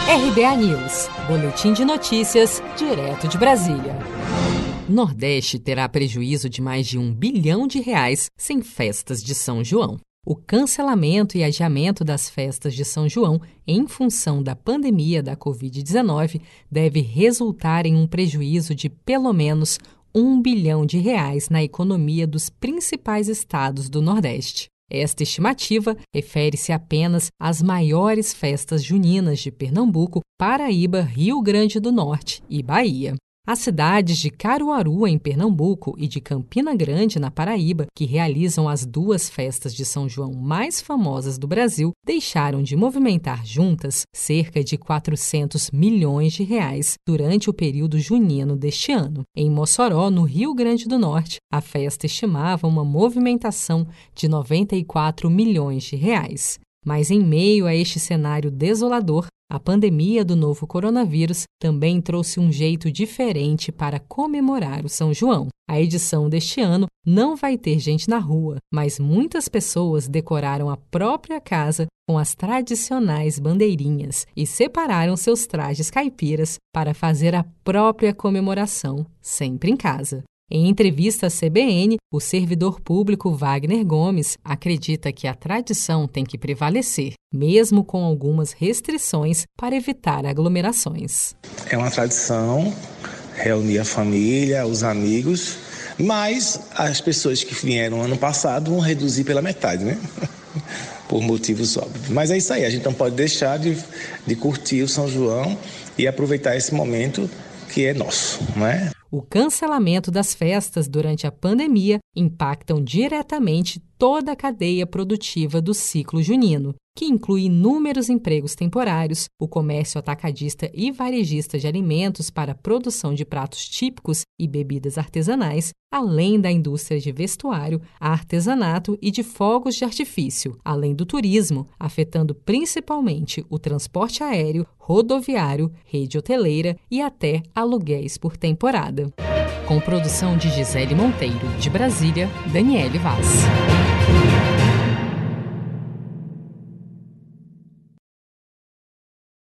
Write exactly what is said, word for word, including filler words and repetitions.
R B A News, boletim de notícias, direto de Brasília. Nordeste terá prejuízo de mais de um bilhão de reais sem festas de São João. O cancelamento e adiamento das festas de São João, em função da pandemia da covid dezenove, deve resultar em um prejuízo de pelo menos um bilhão de reais na economia dos principais estados do Nordeste. Esta estimativa refere-se apenas às maiores festas juninas de Pernambuco, Paraíba, Rio Grande do Norte e Bahia. As cidades de Caruaru, em Pernambuco, e de Campina Grande, na Paraíba, que realizam as duas festas de São João mais famosas do Brasil, deixaram de movimentar juntas cerca de quatrocentos milhões de reais durante o período junino deste ano. Em Mossoró, no Rio Grande do Norte, a festa estimava uma movimentação de noventa e quatro milhões de reais. Mas em meio a este cenário desolador, a pandemia do novo coronavírus também trouxe um jeito diferente para comemorar o São João. A edição deste ano não vai ter gente na rua, mas muitas pessoas decoraram a própria casa com as tradicionais bandeirinhas e separaram seus trajes caipiras para fazer a própria comemoração, sempre em casa. Em entrevista à C B N, o servidor público Wagner Gomes acredita que a tradição tem que prevalecer, mesmo com algumas restrições para evitar aglomerações. É uma tradição reunir a família, os amigos, mas as pessoas que vieram ano passado vão reduzir pela metade, né? Por motivos óbvios. Mas é isso aí, a gente não pode deixar de, de curtir o São João e aproveitar esse momento que é nosso, não é? O cancelamento das festas durante a pandemia impactam diretamente toda a cadeia produtiva do ciclo junino, que inclui inúmeros empregos temporários, o comércio atacadista e varejista de alimentos para a produção de pratos típicos e bebidas artesanais, além da indústria de vestuário, artesanato e de fogos de artifício, além do turismo, afetando principalmente o transporte aéreo, rodoviário, rede hoteleira e até aluguéis por temporada. Com produção de Gisele Monteiro, de Brasília, Daniele Vaz.